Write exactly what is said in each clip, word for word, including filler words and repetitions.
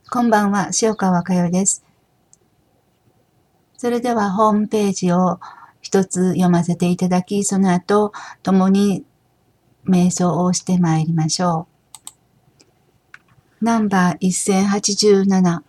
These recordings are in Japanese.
こんばんは、塩川佳代です。それではホームページを一つ読ませていただき、その後、共に瞑想をしてまいりましょう。ナンバーせんはちじゅうなな。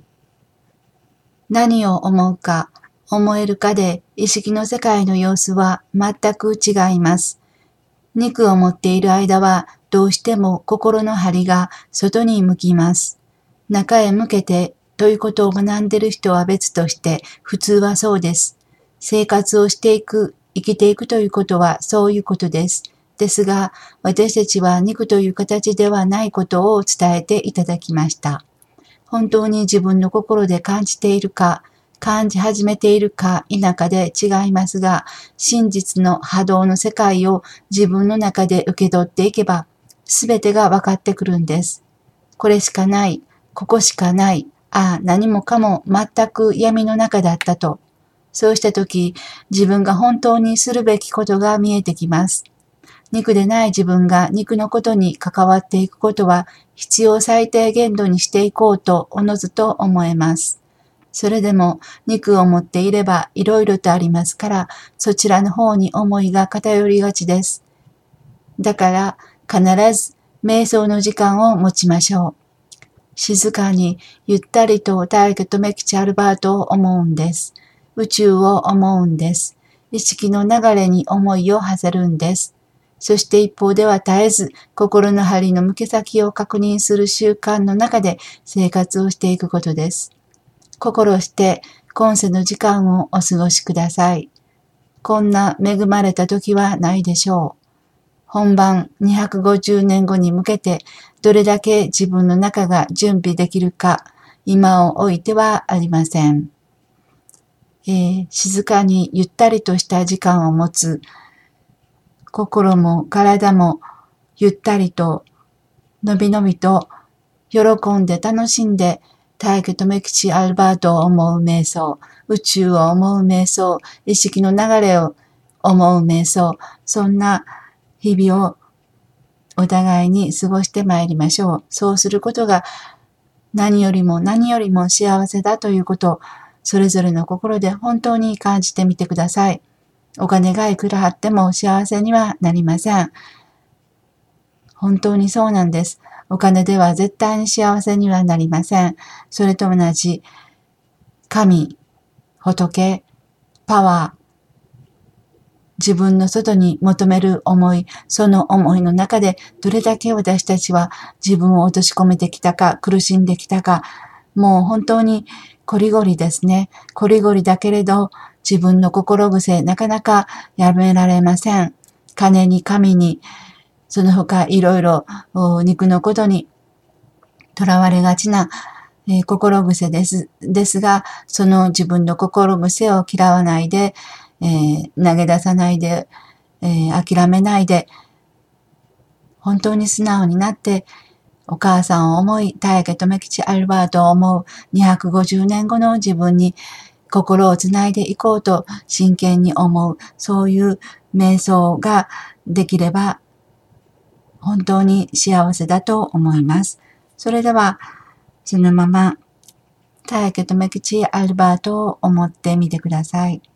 何を思うか、思えるかで意識の世界の様子は全く違います。肉を持っている間はどうしても心の針が外に向きます。中へ向けてということを学んでいる人は別として普通はそうです。生活をしていく、生きていくということはそういうことです。ですが、私たちは肉という形ではないことを伝えていただきました。本当に自分の心で感じているか、感じ始めているか否かで違いますが、真実の波動の世界を自分の中で受け取っていけば、すべてが分かってくるんです。これしかない、ここしかない、ああ、何もかも全く闇の中だったと。そうしたとき、自分が本当にするべきことが見えてきます。肉でない自分が肉のことに関わっていくことは必要最低限度にしていこうとおのずと思えます。それでも肉を持っていればいろいろとありますから、そちらの方に思いが偏りがちです。だから必ず瞑想の時間を持ちましょう。静かにゆったりと大家とメキチアルバートを思うんです。宇宙を思うんです。意識の流れに思いを馳せるんです。そして一方では絶えず心の針の向け先を確認する習慣の中で生活をしていくことです。心して今世の時間をお過ごしください。こんな恵まれた時はないでしょう。本番にひゃくごじゅうねんごに向けてどれだけ自分の中が準備できるか、今をおいてはありません。えー、静かにゆったりとした時間を持つ、心も体もゆったりと、のびのびと、喜んで楽しんで、大家とメキチアルバートを思う瞑想、宇宙を思う瞑想、意識の流れを思う瞑想、そんな日々をお互いに過ごしてまいりましょう。そうすることが何よりも何よりも幸せだということを、それぞれの心で本当に感じてみてください。お金がいくらあっても幸せにはなりません。本当にそうなんです。お金では絶対に幸せにはなりません。それと同じ、神、仏、パワー、自分の外に求める思い、その思いの中でどれだけ私たちは自分を落とし込めてきたか、苦しんできたか、もう本当にこりごりですね。こりごりだけれど、自分の心癖、なかなかやめられません。金に神に、その他いろいろ肉のことにとらわれがちな、えー、心癖です。ですが、その自分の心癖を嫌わないで、えー、投げ出さないで、えー、諦めないで、本当に素直になって、お母さんを思い、大家とメキチアルバートを思うにひゃくごじゅうねんごの自分に心をつないでいこうと真剣に思う、そういう瞑想ができれば本当に幸せだと思います。それでは、そのまま大家とメキチアルバートを思ってみてください。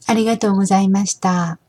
ありがとうございました。